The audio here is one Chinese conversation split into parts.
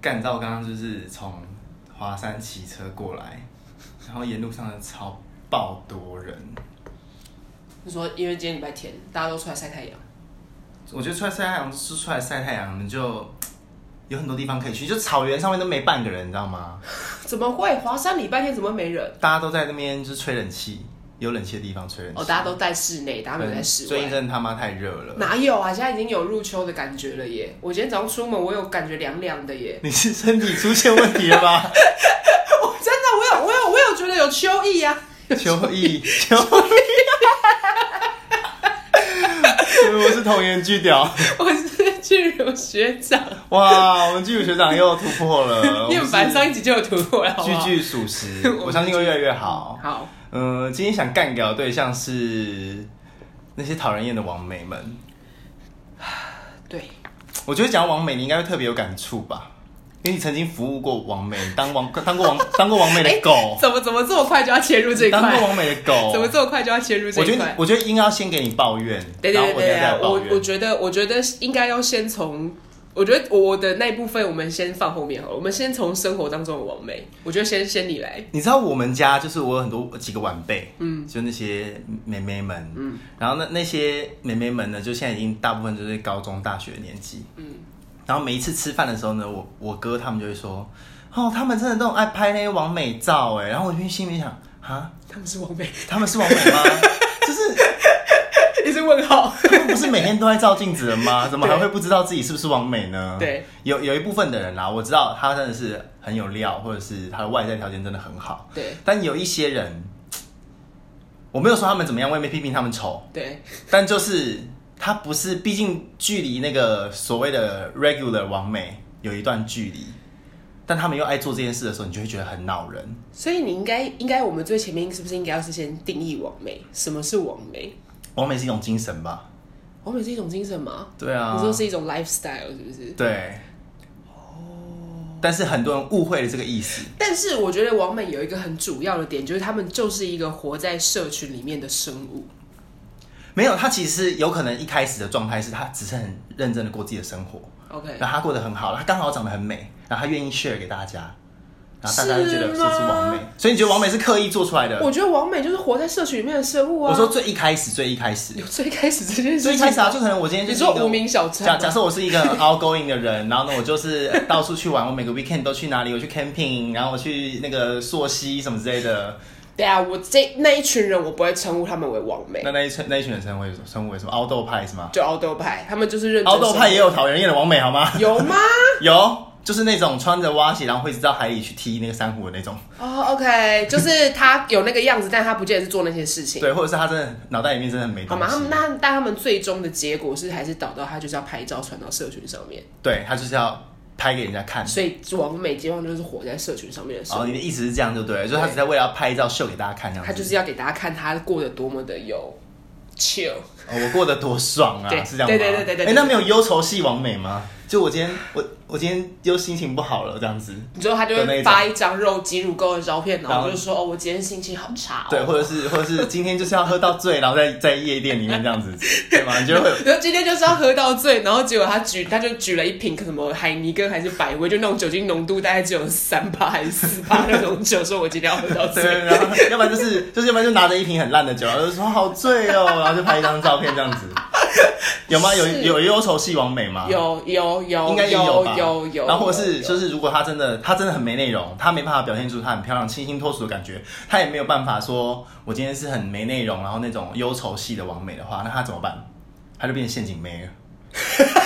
干到刚刚就是从华山骑车过来，然后沿路上的超爆多人。 你说因为今天礼拜天，大家都出来晒太阳。 我觉得出来晒太阳是出来晒太阳，你就有很多地方可以去，就草原上面都没半个人，你知道吗？ 怎么会？华山礼拜天怎么会没人？ 大家都在那边就是吹冷气，有冷气的地方吹冷气。 哦，大家都在室内，大家没有在室外。 最近真的他妈太热了。 哪有啊？现在已经有入秋的感觉了耶！我今天早上出门，我有感觉凉凉的耶。 你是身体出现问题了吧？ 我真的，我有觉得有秋意啊。 秋意。我是童颜巨屌， 我是巨乳学长。 哇，我们巨乳学长又突破了。 你很烦，上一集就有突破了，好不好？ 句句属实，我相信会越来越好。 好， 今天想干掉的对象是那些讨人厌的网美们。 对， 我觉得讲网美，你应该会特别有感触吧？因为你曾经服务过网美，当过网美的狗。 怎么这么快就要切入这一块？ 当过网美的狗， 怎么这么快就要切入这一块？ 我觉得应该要先给你抱怨， 对，我觉得应该要先从，我觉得我的那一部分我们先放后面好了，我们先从生活当中的网美，我觉得先你来。 你知道我们家就是我有很多几个晚辈，就那些妹妹们，然后那些妹妹们呢，就现在已经大部分就是高中大学的年纪，然后每一次吃饭的时候呢，我哥他们就会说，哦，他们真的都很爱拍那些网美照哎，然后我心里想，哈， 他们是网美， 他们是网美吗？就是你是问号， 他们不是每天都在照镜子的吗？怎么还会不知道自己是不是网美呢？ 对， 有一部分的人啦，我知道他真的是很有料，或者是他的外在条件真的很好， 对， 但有一些人，我没有说他们怎么样，我也没批评他们丑， 对， 但就是他不是，毕竟距离那个所谓的 regular 网美有一段距离，但他们又爱做这件事的时候，你就会觉得很恼人。 所以你应该我们最前面是不是应该要是先定义网美？什么是网美？ 网美是一种精神吧？ 网美是一种精神吗？ 对啊， 你说是一种 lifestyle 是不是？ 对。但是很多人误会了这个意思。 但是我觉得网美有一个很主要的点，就是他们就是一个活在社群里面的生物。 没有，他其实有可能一开始的状态是他只是很认真的过自己的生活 ，OK， 然后他过得很好，他刚好长得很美，然后他愿意 share 给大家，然后大家就觉得这是网美，所以你觉得网美是刻意做出来的？ 我觉得网美就是活在社群里面的生物啊。 我说最一开始， 有最开始这件事情， 最一开始啊，就可能我今天就是你说无名小站， 假设我是一个 outgoing 的人，然后呢，我就是到处去玩，我每个 weekend 都去哪里？我去 camping， 然后我去那个溯溪什么之类的。 对啊，我那一群人，我不会称呼他们为网美。 那一群人称呼为什么？凹豆派是吗？ 就凹豆派，他们就是认真。 凹豆派也有讨人厌的网美好吗？ 有吗？ 有，就是那种穿着蛙鞋，然后会一直到海里去踢那个珊瑚的那种。 哦 ，OK， 就是他有那个样子，但他不见得是做那些事情。 对，或者是他真的脑袋里面真的很没东西。 好嘛，但他们最终的结果是还是导到他就是要拍照传到社群上面。 对，他就是要拍给人家看， 所以网美基本上就是活在社群上面的生活。 你的意思是这样就对了，就是他只在为了要拍照秀给大家看这样子。 他就是要给大家看他过得多么的有 chill， 我过得多爽啊，是这样吗？ 对。 那没有忧愁系网美吗？就我今天又心情不好了这样子， 你知道他就会发一张肉挤乳沟的照片，然后就说我今天心情好差对，或者是今天就是要喝到醉，然后在夜店里面这样子，对吗？你就会然后今天就是要喝到醉，然后结果他就举了一瓶什么海尼根还是百威，就那种酒精浓度大概只有3%还是4%那种酒，说我今天要喝到醉， 对，然后要不然要不然就拿着一瓶很烂的酒，然后就说好醉哦，然后就拍一张照片这样子。有吗？有忧愁系网美吗？ 有， 应该也有吧。 有。 然后或者是就是如果他真的很没内容，他没办法表现出他很漂亮、清新脱俗的感觉，他也没有办法说我今天是很没内容，然后那种忧愁系的网美的话，那他怎么办？他就变成陷阱妹了。 你怎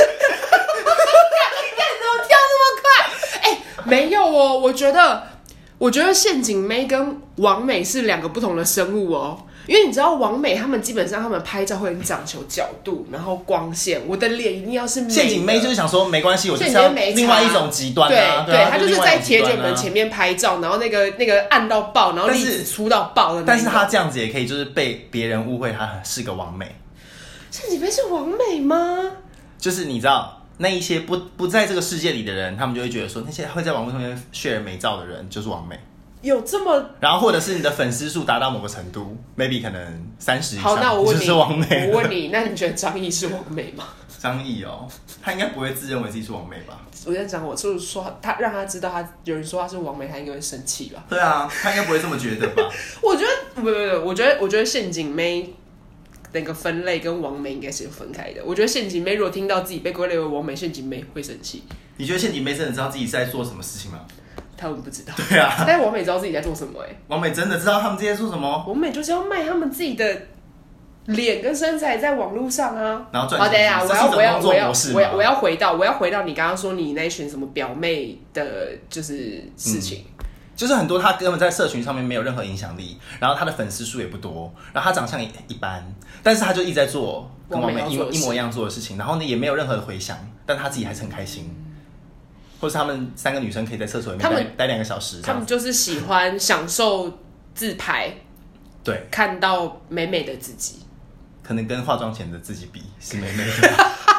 么跳那么快？没有哦，我觉得陷阱妹跟网美是两个不同的生物哦。因为你知道网美他们基本上他们拍照会很讲求角度，然后光线，我的脸一定要是美的。 陷阱妹就是想说没关系，我就是要另外一种极端啊。 对，他就是在铁卷门前面拍照，然后那个暗到爆，然后粒子粗到爆的那种。 但是他这样子也可以，就是被别人误会他是个网美。 陷阱妹是网美吗？ 就是你知道那一些不在这个世界里的人，他们就会觉得说那些会在网络上面 share 美照的人就是网美。 有这么， 然后或者是你的粉丝数达到某个程度 ，maybe 可能30以上， 好，那我问你， 就是网美。 我问你，那你觉得张译是网美吗？ 张毅哦，他应该不会自认为自己是王美吧？ 我在讲，我就是说他让他知道有人说他是王美，他应该会生气吧？ 对啊，他应该不会这么觉得吧？ 我觉得不，我觉得陷阱妹那个分类跟王美应该是分开的。我觉得陷阱妹如果听到自己被归类为王美，陷阱妹会生气。 你觉得陷阱妹真的知道自己在做什么事情吗？ 他们不知道。 对啊， 但王美知道自己在做什么王美真的知道他们在做什么？ 王美就是要卖他们自己的脸跟身材在网络上啊， 然后赚钱。 对啊，我要回到你刚刚说你那群什么表妹的，就是事情。 就是很多他根本在社群上面没有任何影响力，然后他的粉丝数也不多，然后他长相也一般，但是他就一直在做跟王美一模一样做的事情，然后呢也没有任何的回响，但他自己还是很开心。或是他们3个女生可以在厕所里面待2个小时， 他们就是喜欢享受自拍， 对， 看到美美的自己， 可能跟化妆前的自己比是美美的。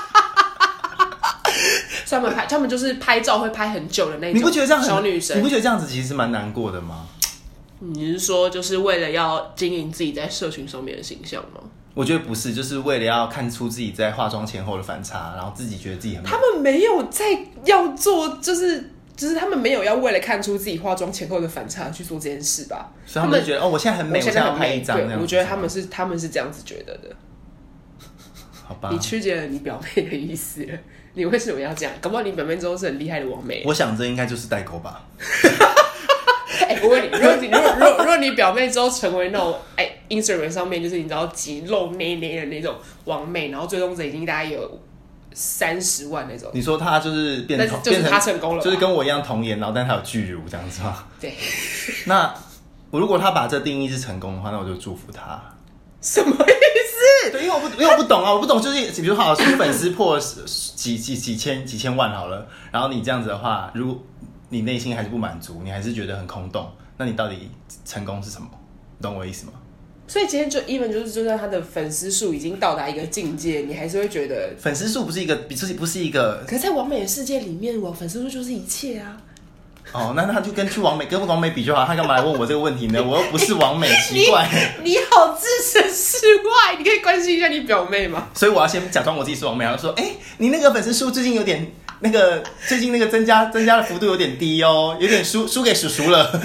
所以他们就是拍照会拍很久的那种。 你不觉得这样小女生？ 你不觉得这样子其实蛮难过的吗？ 你是说就是为了要经营自己在社群上面的形象吗？ 我觉得不是，就是为了要看出自己在化妆前后的反差，然后自己觉得自己很美。 他们没有在要做，就是他们没有要为了看出自己化妆前后的反差去做这件事吧？ 所以他们就觉得哦，我现在很美，我现在要拍一张。 对，我觉得他们是这样子觉得的。 好吧， 你曲解了你表妹的意思了。你为什么要这样？搞不好你表妹之后是很厉害的网美。 我想这应该就是代沟吧。 我问你，如果你表妹之后成为那种Instagram 上面就是你知道极露内内的那种网美，然后追踪者已经大概有30万那种。 你说他就是变成他成功了， 就是跟我一样童颜，然后但他有巨乳这样子吗？ 对。 那如果他把这定义是成功的话，那我就祝福他。 什么意思？ 对，因为我不懂啊，我不懂，就是比如好，粉丝破几千万好了，然后你这样子的话，如果你内心还是不满足，你还是觉得很空洞，那你到底成功是什么？你懂我意思吗？ 所以今天就 even 就算他的粉丝数已经到达一个境界，你还是会觉得粉丝数不是一个，不是一个。 可是，在完美的世界里面，我粉丝数就是一切啊。 哦，那他就跟王美比就好，他干嘛来问我这个问题呢？我又不是王美，奇怪。 你好置身事外，你可以关心一下你表妹吗？ 所以我要先假装我自己是王美，然后说，你那个粉丝数最近有点最近那个增加的幅度有点低哦，有点输给叔叔了。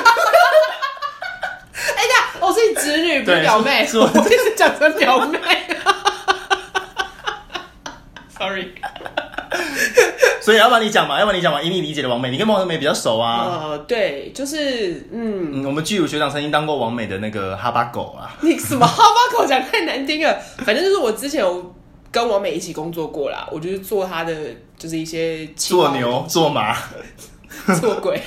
我是你侄女，不是表妹，我一直讲成表妹。Sorry。 所以要不然你讲嘛，以你理解的王美，你跟王美比较熟啊。 对，就是我们巨乳学长曾经当过王美的那个哈巴狗啊。 你什么哈巴狗讲太难听了，反正就是我之前有跟王美一起工作过啦，我就是做她的就是一些做牛做马做鬼。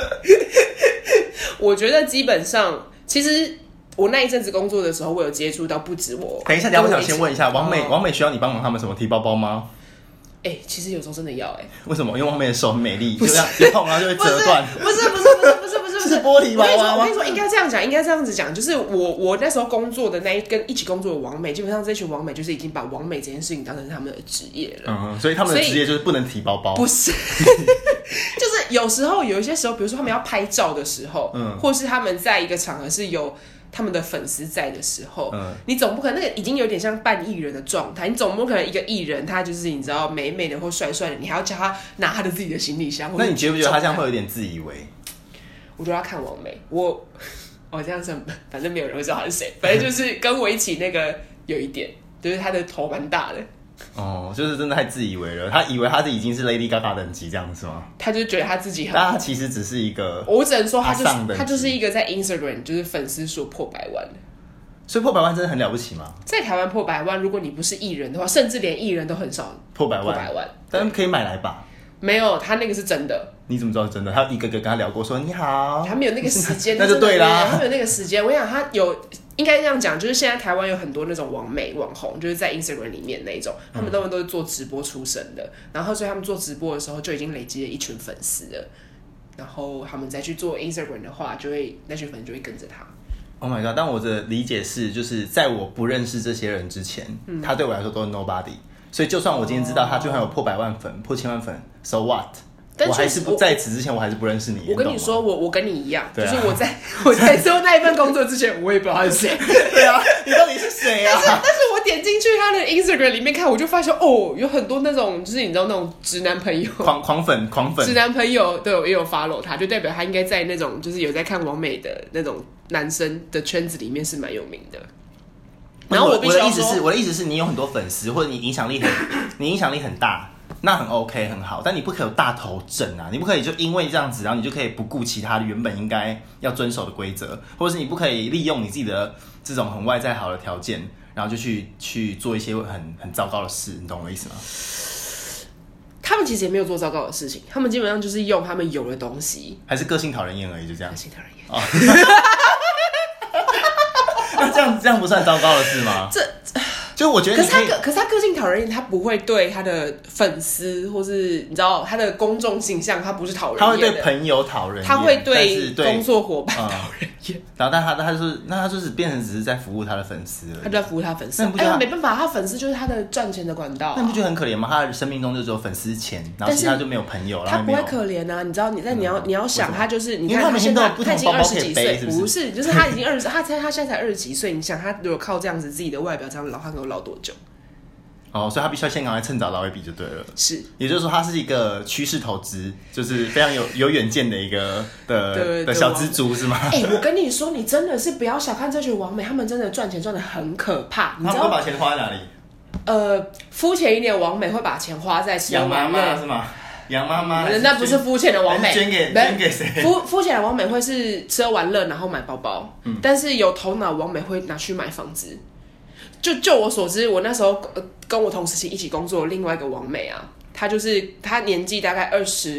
我觉得基本上其实。我那一阵子工作的时候，我有接触到不止我。 等一下，我想先问一下，王美需要你帮忙他们什么提包包吗？ 其实有时候真的要为什么？因为王美的手很美丽，就这样一碰然后就会折断。 不是， 是玻璃娃娃吗？ 我跟你说，应该这样讲，应该这样子讲，就是我那时候工作的跟一起工作的王美，基本上这群王美就是已经把王美这件事情当成他们的职业了。 所以他们的职业就是不能提包包。 不是，就是有一些时候，比如说他们要拍照的时候，或是他们在一个场合是有。他们的粉丝在的时候，你总不可能那个已经有点像半艺人的状态，你总不可能一个艺人他就是你知道美美的或帅帅的，你还要叫他拿他的自己的行李箱。 那你觉不觉得他这样会有点自以为？ 我觉得要看网美，我这样子，反正没有人会知道他是谁，反正就是跟我一起那个有一点，就是他的头蛮大的。 就是真的太自以为了，他以为他已经是 Lady Gaga 等级这样子吗？ 他就觉得他自己很， 但他其实只是一个， 我只能说他就是一个在 Instagram 就是粉丝数破100万的， 所以破100万真的很了不起吗？ 在台湾破100万，如果你不是艺人的话，甚至连艺人都很少破100万，但是可以买来吧？ 没有，他那个是真的。 你怎么知道是真的？他一个个跟他聊过，说你好， 他没有那个时间， 那就对啦， 他没有那个时间。我想他有。应该这样讲，就是现在台湾有很多那种网美网红，就是在 Instagram 里面那一种，他们都是做直播出身的，然后所以他们做直播的时候就已经累积了一群粉丝了，然后他们再去做 Instagram 的话，那群粉丝就会跟着他。 Oh my god！ 但我的理解是，就是在我不认识这些人之前，他对我来说都是 nobody， 所以就算我今天知道他就算有破100万粉、破1000万粉 ，so what？我还是在此之前，我还是不认识你。 我跟你说，我跟你一样，就是我在做那一份工作之前，我也不知道他是谁。 对啊，你到底是谁啊？ 但是我点进去他的 Instagram 里面看，我就发现有很多那种就是你知道那种直男朋友， 狂粉， 直男朋友也有 follow 他，就代表他应该在那种就是有在看网美的那种男生的圈子里面是蛮有名的。然后我的意思是你有很多粉丝，或者你影响力很大，那很 OK 很好，但你不可以有大头症啊！你不可以就因为这样子，然后你就可以不顾其他原本应该要遵守的规则，或者是你不可以利用你自己的这种很外在好的条件，然后就去做一些很糟糕的事，你懂我的意思吗？ 他们其实也没有做糟糕的事情，他们基本上就是用他们有的东西， 还是个性讨人厌而已，就这样。 个性讨人厌。 那这样不算糟糕的事吗？就我觉得可是他个性讨人厌，他不会对他的粉丝或是你知道他的公众形象，他不是讨人厌的。 他会对朋友讨人厌， 他会对工作伙伴讨人厌。 然后他就是变成只是在服务他的粉丝而已。 他就在服务他粉丝。没办法，他粉丝就是他的赚钱的管道。 那你不觉得很可怜吗？他的生命中就只有粉丝钱，然后其他就没有朋友。 他不会可怜啊，你知道？你要想，他就是你看他现在他已经20几岁，不是，就是他已经他现在才20几岁。你想，他如果靠这样子自己的外表这样老，他能够老多久？ 所以他必须要先赶快趁早捞一笔就对了。 是， 也就是说，他是一个趋势投资，就是非常有远见的一个的小资族，是吗？ 我跟你说，你真的是不要小看这群网美，他们真的赚钱赚得很可怕。你知道他们会把钱花在哪里？ 肤浅一点网美会把钱花在养妈妈是吗？养妈妈， 那不是肤浅的网美， 捐给谁？ 肤浅的网美会是吃玩乐然后买包包，但是有头脑网美会拿去买房子。就我所知，我那时候跟我同时期一起工作的另外一个网美啊，她年纪大概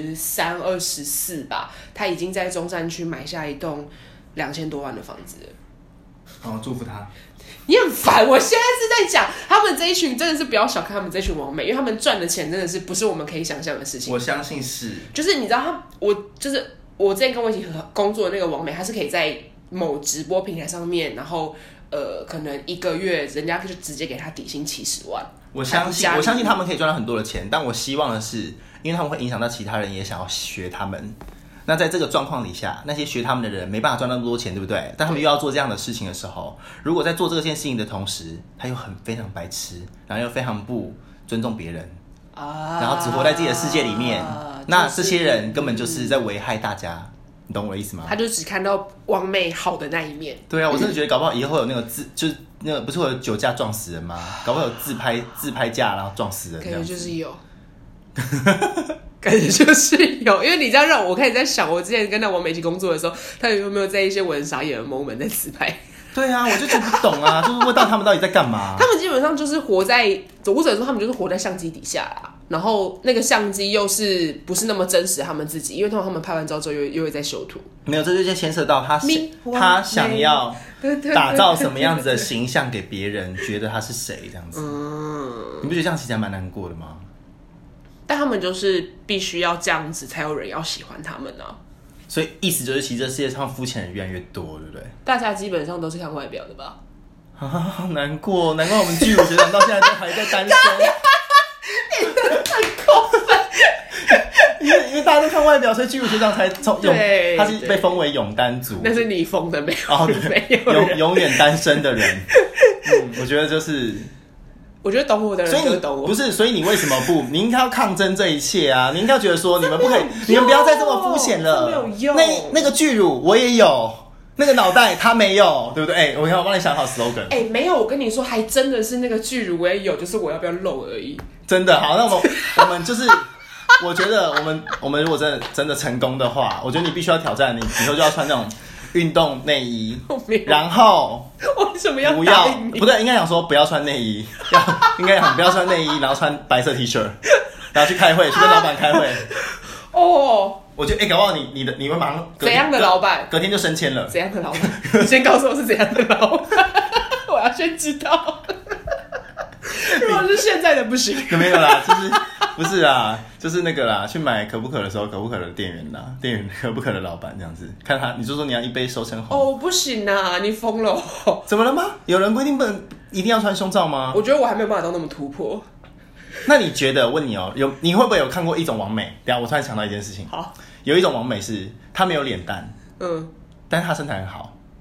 23、24吧，她已经在中山区买下一栋2000多万的房子了。 祝福她。 你很烦，我现在是在讲他们这一群，真的是不要小看他们这群网美，因为他们赚的钱真的是不是我们可以想象的事情。 我相信是， 就是你知道我之前跟我一起工作的那个网美，她是可以在某直播平台上面，然后可能1个月人家就直接给他底薪70万。 我相信他们可以赚到很多的钱，但我希望的是，因为他们会影响到其他人也想要学他们。那在这个状况底下，那些学他们的人没办法赚那么多钱，对不对？但他们又要做这样的事情的时候，如果在做这件事情的同时，他又非常白痴，然后又非常不尊重别人，然后只活在自己的世界里面，那这些人根本就是在危害大家。你懂我的意思吗？ 他就只看到网美好的那一面。 对啊，我真的觉得搞不好以后会有那个就是那个不是会有酒驾撞死人吗？搞不好有自拍架然后撞死人这样子。 感觉就是有。感觉就是有，因为你这样让我开始在想，我之前跟那网美一起工作的时候，他有没有在一些我很傻眼的 moment 在自拍？ 对啊，我就觉得不懂啊，就是问到他们到底在干嘛？ 他们基本上就是活在，或者说他们就是活在相机底下啦。然后那个相机又是不是那么真实他们自己，因为通常他们拍完照之后又会在修图。没有，这就牵涉到他想要打造什么样子的形象给别人，觉得他是谁这样子。你不觉得这样其实还蛮难过的吗？ 但他们就是必须要这样子，才有人要喜欢他们啊。 所以意思就是，其实这世界上肤浅人越来越多，对不对？ 大家基本上都是看外表的吧？ 好难过，难怪我们巨乳学长到现在都还在单身。 你真的很过分。 因为大家都看外表，所以巨乳学长才他是被封为永单族。 那是你封的，没有没有永远单身的人。我觉得就是。 我觉得懂我的人就懂我， 不是，所以你为什么不？你应该要抗争这一切啊！你应该要觉得说，你们不可以，你们不要再这么肤浅了。 没有用。 那个巨乳我也有，那个脑袋他没有，对不对？我帮你想好 slogan。 没有，我跟你说，还真的是那个巨乳我也有，就是我要不要露而已。 真的好，那我们就是，我觉得我们如果真的成功的话，我觉得你必须要挑战，你以后就要穿那种。运动内衣，然后为什么要不对，应该讲说不要穿内衣，应该讲不要穿内衣，然后穿白色 T 恤，然后去开会，去跟老板开会。我觉得搞不好你会马上怎样的老板， 隔天就升迁了。 怎样的老板？先告诉我是怎样的老板，我要先知道。如果是现在的不行， 没有啦，就是不是啦，就是那个啦，去买可不可的时候，可不可的店员啦，店员可不可的老板这样子，看他，你就说你要一杯收成红。 不行啊，你疯了。 怎么了吗？有人规定一定要穿胸罩吗？ 我觉得我还没有办法到那么突破。 那你觉得？问你你会不会有看过一种网美？等一下我突然想到一件事情。 好， 有一种网美是她没有脸蛋，但是她身材很好。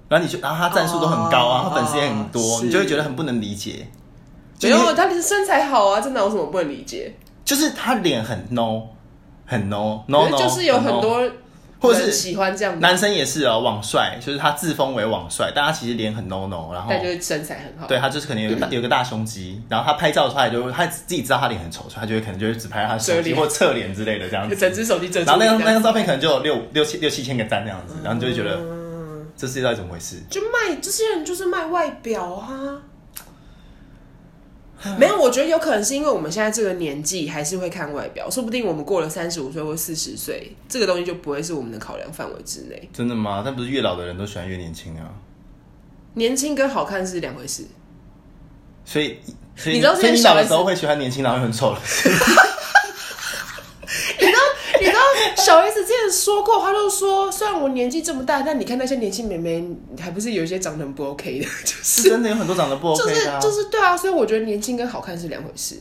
然后他战术都很高啊，他粉丝也很多，你就会觉得很不能理解。 没有，他身材好啊，真的有什么不能理解？ 就是他脸很 no， 很 no， 就是有很多或者是喜欢这样的男生也是网帅，就是他自封为网帅，但他其实脸很 no， 然后但就是身材很好。 对，他就是可能有个大胸肌，然后他拍照出来他自己知道他脸很丑，所以他就会可能就会只拍他手机或侧脸之类的这样子， 整只手机遮住。 然后那张照片可能就有六七千个赞这样子，然后你就会觉得这世界到底怎么回事？ 就卖这些人就是卖外表啊。没有，我觉得有可能是因为我们现在这个年纪还是会看外表，说不定我们过了35岁或40岁，这个东西就不会是我们的考量范围之内。 真的吗？但不是越老的人都喜欢越年轻啊？ 年轻跟好看是两回事。 所以你知道你老的时候会喜欢年轻，然后又很丑的。 你知道小 S 之前说过，他就说，虽然我年纪这么大，但你看那些年轻妹妹，还不是有一些长得很不 OK 的，就是真的有很多长得不 OK 的、 就是对啊，所以我觉得年轻跟好看是两回事。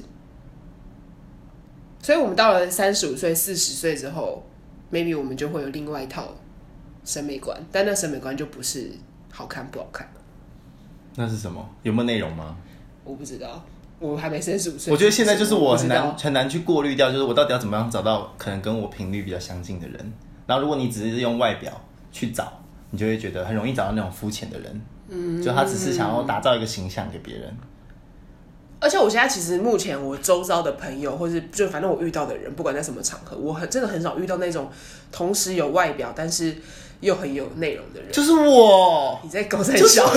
所以我们到了35岁、40岁之后 ，maybe 我们就会有另外一套审美观，但那审美观就不是好看不好看。 那是什么？有没有内容吗？ 我不知道。我还没35岁， 我觉得现在就是我很难去过滤掉，就是我到底要怎么样找到可能跟我频率比较相近的人。然后如果你只是用外表去找，你就会觉得很容易找到那种肤浅的人，就他只是想要打造一个形象给别人。 而且我现在其实目前我周遭的朋友，或是就反正我遇到的人，不管在什么场合，我真的很少遇到那种同时有外表但是又很有内容的人。 就是我， 你在高三小， 就是我，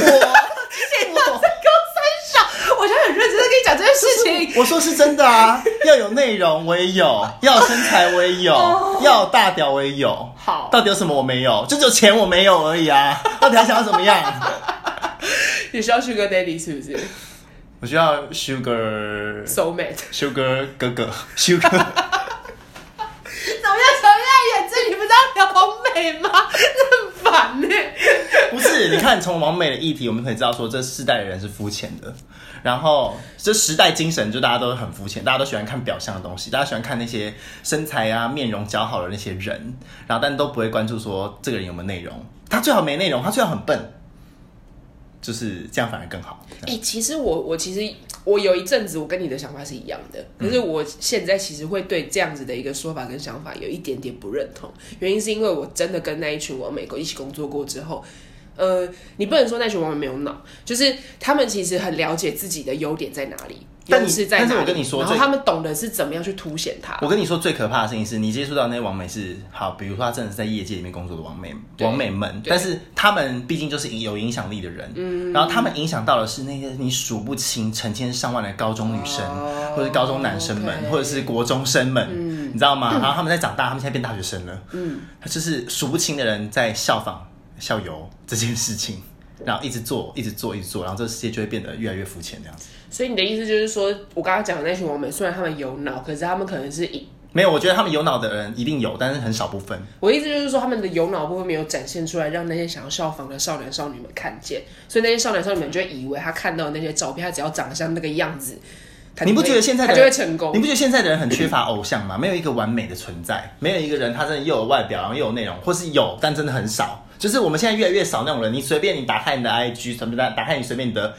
我现在很认真的跟你讲这件事情。 我说是真的啊，要有内容我也有，要有身材我也有，要有大屌我也有。 好， 到底有什么我没有？就只有钱我没有而已啊！到底还想要怎么样？ 你需要 Sugar Daddy 是不是？ 我需要 Sugar Soulmate，Sugar 哥哥 Sugar。 怎么样？眼睛你不知道聊王美吗？这很烦呢。 不是，你看从王美的议题，我们可以知道说，这世代的人是肤浅的。然后这时代精神，就大家都很肤浅，大家都喜欢看表象的东西，大家喜欢看那些身材啊、面容姣好的那些人，然后但都不会关注说这个人有没有内容。他最好没内容，他最好很笨，就是这样反而更好。 其实我有一阵子我跟你的想法是一样的，可是我现在其实会对这样子的一个说法跟想法有一点点不认同，原因是因为我真的跟那一群网美一起工作过之后。你不能说那群网美没有脑，就是他们其实很了解自己的优点在哪里，优势在哪里。 但是我跟你说， 然后他们懂得是怎么样去凸显它。 我跟你说，最可怕的事情是你接触到那些网美是好，比如说他真的是在业界里面工作的网美们，但是他们毕竟就是有影响力的人，然后他们影响到的是那些你数不清成千上万的高中女生，或者是高中男生们，或者是国中生们，你知道吗？然后他们在长大，他们现在变大学生了，就是数不清的人在效尤这件事情，然后一直做，然后这个世界就会变得越来越肤浅这样子。 所以你的意思就是说，我刚刚讲的那群网美，虽然他们有脑，可是他们可能是没有。我觉得他们有脑的人一定有，但是很少部分。 我的意思就是说，他们的有脑部分没有展现出来，让那些想要效仿的少男少女们看见，所以那些少男少女们就会以为他看到的那些照片，他只要长得像那个样子。 你不觉得现在的人他就会成功？ 你不觉得现在的人很缺乏偶像吗？没有一个完美的存在，没有一个人他真的又有外表，然后又有内容，或是有，但真的很少。就是我们现在越来越少那种人，你随便你打开你的 IG， 打开你随便你的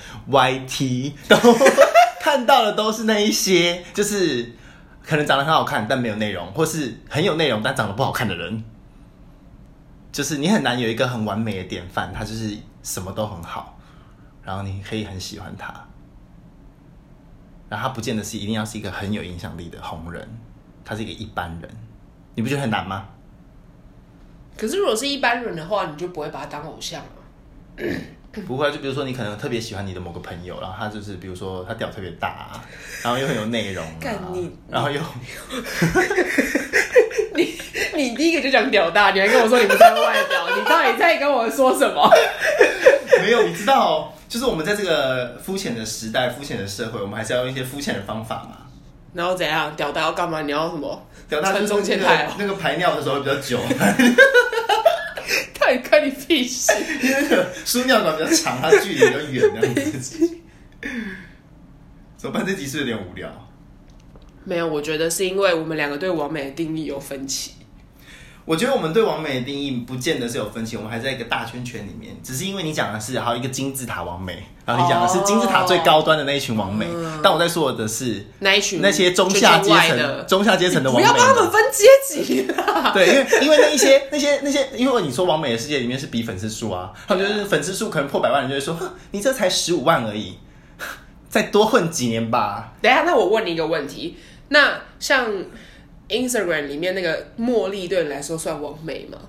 YT， 都看到的都是那一些，就是可能长得很好看但没有内容，或是很有内容但长得不好看的人。就是你很难有一个很完美的典范，他就是什么都很好，然后你可以很喜欢他。然后他不见得是一定要是一个很有影响力的红人，他是一个一般人，你不觉得很难吗？ 可是如果是一般人的话，你就不会把他当偶像了。 不会，就比如说你可能特别喜欢你的某个朋友，然后他就是比如说他屌特别大，然后又很有内容，然后又你第一个就讲屌大，你还跟我说你不在乎外表，你到底在跟我说什么？ 没有，你知道就是我们在这个肤浅的时代、肤浅的社会，我们还是要用一些肤浅的方法嘛。 然后怎样？屌大要干嘛？你要什么？ 屌大就是那个排尿的时候比较久。 到底关你屁事？ 因为那个输尿管比较长，它距离比较远，这样子。怎么办？这集是有点无聊。 没有，我觉得是因为我们两个对完美的定义有分歧。 我觉得我们对完美的定义不见得是有分歧，我们还在一个大圈圈里面。只是因为你讲的是还有一个金字塔完美，然后你讲的是金字塔最高端的那一群完美，但我在说的是那一群那些中下阶层的完美。 不要帮他们分阶级啊！ 对，因为那些，因为你说完美的世界里面是比粉丝数啊，他们就是粉丝数可能破100万人就会说，你这才15万而已，再多混几年吧。 等一下，那我问你一个问题，那像 Instagram 里面那个茉莉对你来说算完美吗？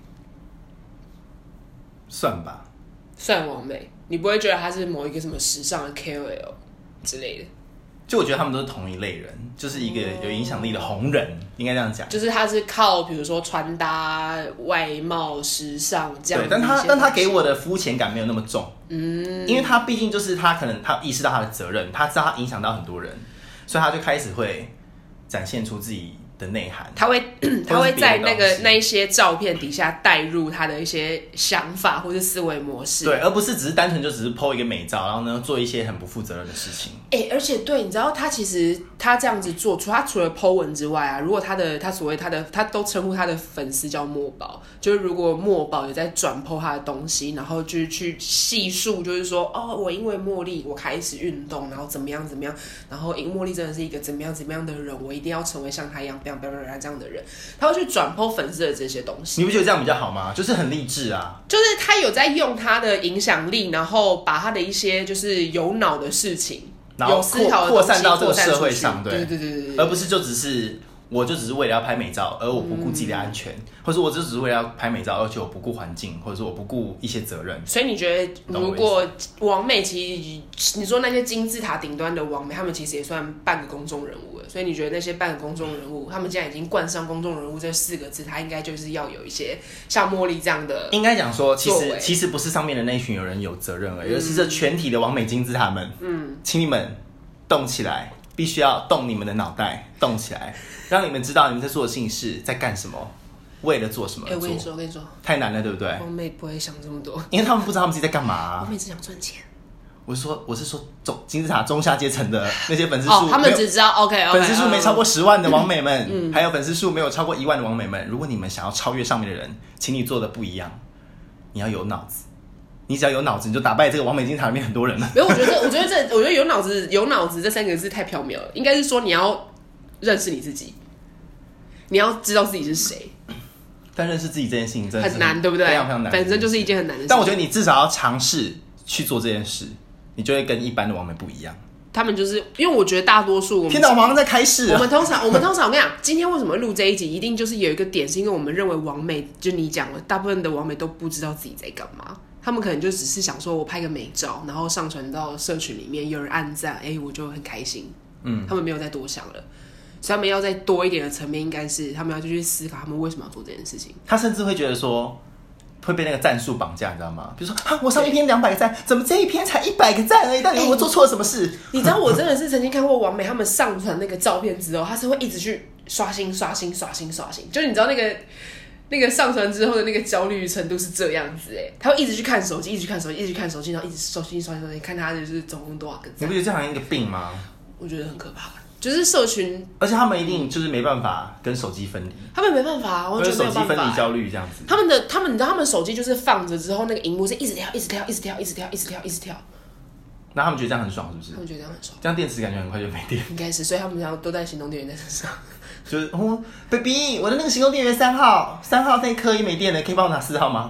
算吧， 算完美。你不会觉得他是某一个什么时尚的 KOL 之类的？ 就我觉得他们都是同一类人，就是一个有影响力的红人，应该这样讲。 就是他是靠比如说穿搭、外貌、时尚这样。 对，但他给我的肤浅感没有那么重，因为他毕竟就是他可能他意识到他的责任，他知道他影响到很多人，所以他就开始会展现出自己的内涵。 他会在那一些照片底下带入他的一些想法或是思维模式， 对，而不是只是单纯就只是 po 一个美照，然后呢做一些很不负责任的事情。 而且对，你知道他其实他这样子做，他除了 po 文之外啊，如果他都称呼他的粉丝叫墨宝，就是如果墨宝也在转 po 他的东西，然后就是去细述，就是说我因为茉莉我开始运动，然后怎么样怎么样，然后茉莉真的是一个怎么样怎么样的人，我一定要成为像他一样这样的人，他会去转 po 粉丝的这些东西。 你不觉得这样比较好吗？就是很励志啊， 就是他有在用他的影响力，然后把他的一些就是有脑的事情， 然后有思考的扩散到这个社会上， 对， 而不是就只是我就只是为了要拍美照，而我不顾自己的安全，或者我就只是为了要拍美照，而且我不顾环境，或者说我不顾一些责任。 所以你觉得，如果网美其实你说那些金字塔顶端的网美，他们其实也算半个公众人物了。所以你觉得那些半个公众人物，他们既然已经冠上公众人物这4个字，他应该就是要有一些像茉莉这样的。 应该讲说，其实不是上面的那一群人有责任而已，而是这全体的网美金字塔们，请你们动起来，必须要动你们的脑袋，动起来。让你们知道你们在做的事情是在干什么，为了做什么而做。 我跟你说， 太难了，对不对？ 网美不会想这么多， 因为他们不知道他们自己在干嘛。 网美只想赚钱。 我是说金字塔中下阶层的那些粉丝数， 他们只知道 OK， 粉丝数没超过10万的网美们，还有粉丝数没有超过1万的网美们。如果你们想要超越上面的人，请你做的不一样，你要有脑子。你只要有脑子，你就打败这个网美金字塔里面很多人了。 没有，我觉得有脑子这3个字太缥缈了，应该是说你要认识你自己，你要知道自己是谁。 但认识自己这件事情真的是很难，对不对？ 非常非常难， 本身就是一件很难的事情。 但我觉得你至少要尝试去做这件事，你就会跟一般的网美不一样。 他们就是因为我觉得大多数天哪，我马上在开市。 我们通常我跟你讲，今天为什么录这一集，一定就是有一个点，是因为我们认为网美，就你讲了，大部分的网美都不知道自己在干嘛。他们可能就只是想说，我拍个美照，然后上传到社群里面，有人按赞，我就很开心。他们没有再多想了，所以他们要再多一点的层面，应该是他们要去思考他们为什么要做这件事情。 他甚至会觉得说，会被那个赞数绑架，你知道吗？比如说，我上一篇200个赞，怎么这一篇才100个赞而已？到底我做错了什么事？ 你知道，我真的是曾经看过网美他们上传那个照片之后，他是会一直去刷新，就是你知道那个上传之后的那个焦虑程度是这样子他会一直去看手机，然后一直刷新，看他就是总共多少个赞。 你不觉得这好像一个病吗？ 我觉得很可怕，就是社群， 而且他们一定就是没办法跟手机分离， 他们没办法，完全没有办法。 手机分离焦虑这样子。 他们你知道他们手机就是放着之后，那个荧幕是一直跳， 那他们觉得这样很爽，是不是？ 他们觉得这样很爽， 这样电池感觉很快就没电。 应该是，所以他们都带行动电源在身上。 就是baby， 我的那个行动电源3号那颗也没电了，可以帮我拿4号吗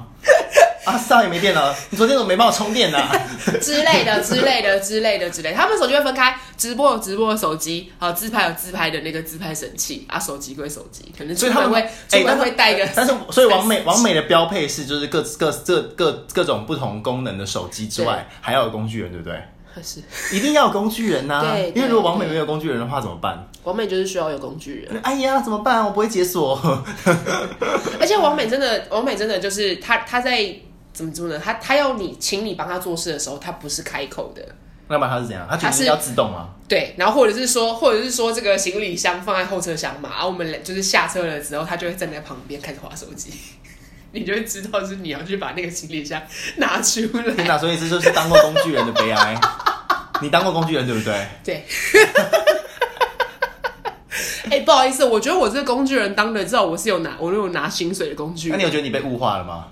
？4号也没电了，你昨天怎么没帮我充电呢？ 之类的。他们手机会分开，直播有直播的手机，自拍有自拍的那个自拍神器手机归手机，可能出门会带一个。 但是所以网美的标配是就是各种不同功能的手机之外，还要有工具人，对不对？ 是， 一定要有工具人啊！ 对， 因为如果网美没有工具人的话怎么办？ 网美就是需要有工具人。 哎呀，怎么办？我不会解锁。 而且网美真的就是他在怎么说呢？他要请你帮他做事的时候，他不是开口的。 那么他是怎样？他就是要自动吗？ 对，然后或者是说这个行李箱放在后车厢嘛，然后我们就是下车了之后，他就会站在旁边开始滑手机。你就会知道是你要去把那个行李箱拿出来。 天哪！所以这就是当过工具人的悲哀。你当过工具人对不对？ 对。 不好意思，我觉得我这个工具人当的，至少我有拿薪水的工具人。 那你有觉得你被物化了吗？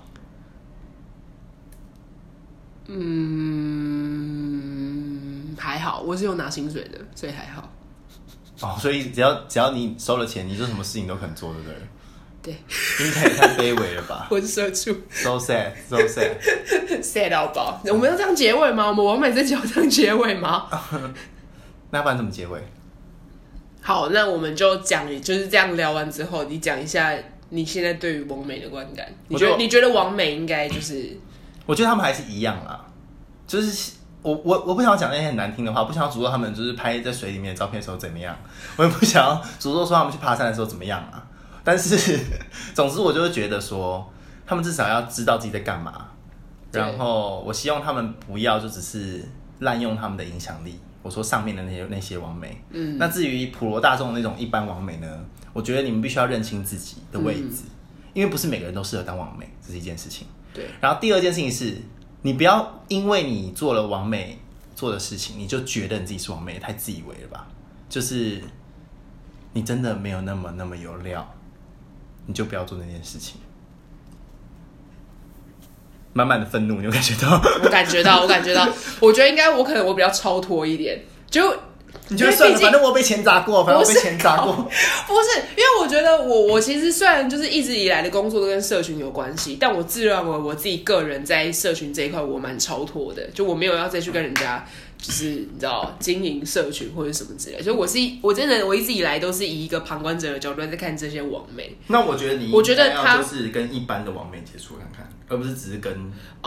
还好，我是有拿薪水的，所以还好。 所以只要你收了钱，你就什么事情都肯做，对不对？ 对， 应该也太卑微了吧？ 我是社畜 ，so sad， sad 到爆。我们要这样结尾吗？我们完美这集要这样结尾吗？ 那不然怎么结尾？ 好，那我们就讲，就是这样聊完之后，你讲一下你现在对于网美的观感。你觉得网美应该就是？ 我觉得他们还是一样啦，就是我不想讲那些很难听的话，不想要诅咒他们就是拍在水里面的照片的时候怎么样，我也不想要诅咒说他们去爬山的时候怎么样啊。但是，总之我就会觉得说，他们至少要知道自己在干嘛。然后，我希望他们不要就只是滥用他们的影响力。我说上面的那些网美，那至于普罗大众的那种一般网美呢，我觉得你们必须要认清自己的位置，因为不是每个人都适合当网美，这是一件事情。 对。 然后第二件事情是，你不要因为你做了网美做的事情，你就觉得你自己是网美，太自以为了吧？就是你真的没有那么有料。你就不要做那件事情。满满的愤怒，你有感觉到？ 我感觉到。我觉得应该我比较超脱一点，就你觉得算了，反正我被钱砸过，不是，因为我觉得我其实虽然就是一直以来的工作都跟社群有关系，但我自认为我自己个人在社群这一块我蛮超脱的，就我没有要再去跟人家。就是你知道经营社群或者什么之类的，所以我真的我一直以来都是以一个旁观者的角度在看这些网美。 那我觉得他就是跟一般的网美接触看看，而不是只是跟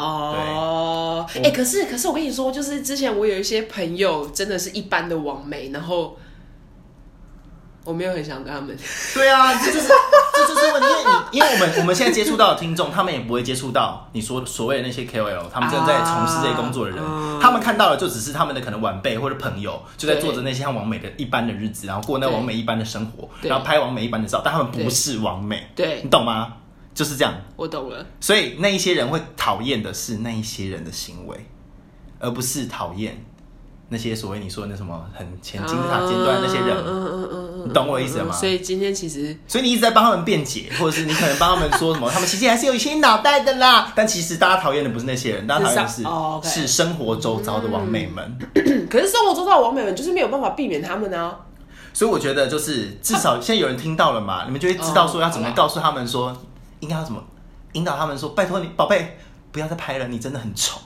可是我跟你说，就是之前我有一些朋友真的是一般的网美，然后我没有很想跟他们。 对啊，这就是问题，因为我们现在接触到的听众，他们也不会接触到你说所谓的那些 KOL， 他们正在从事这些工作的人，他们看到的就只是他们的可能晚辈或者朋友就在做着那些像网美的一般的日子，然后过那网美一般的生活，然后拍网美一般的照，但他们不是网美， 对， 你懂吗？就是这样， 我懂了。 所以那一些人会讨厌的是那一些人的行为，而不是讨厌那些所谓你说的那什么很前金字塔尖端的那些人，你懂我的意思吗？ 所以今天所以你一直在帮他们辩解，或者是你可能帮他们说什么，他们其实还是有一些脑袋的啦。但其实大家讨厌的不是那些人，大家讨厌的是生活周遭的网美们。 可是生活周遭的网美们就是没有办法避免他们啊。 所以我觉得就是至少现在有人听到了嘛，你们就会知道说要怎么告诉他们说，应该要怎么引导他们说，拜托你宝贝不要再拍了，你真的很丑。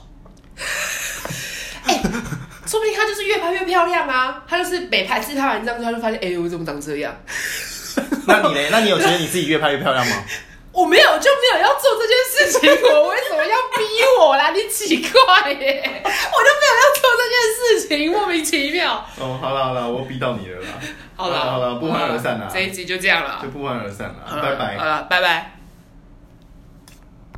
说不定他就是越拍越漂亮啊！他就是每拍自拍完这样，他就发现，我怎么长这样？ 那你呢？那你有觉得你自己越拍越漂亮吗？ 我没有，就没有要做这件事情。我为什么要逼我啦？你奇怪耶！我就没有要做这件事情，莫名其妙。 好了，我逼到你了啦。好了，不欢而散啦。 这一集就这样了， 就不欢而散了。拜拜。 好了，拜拜。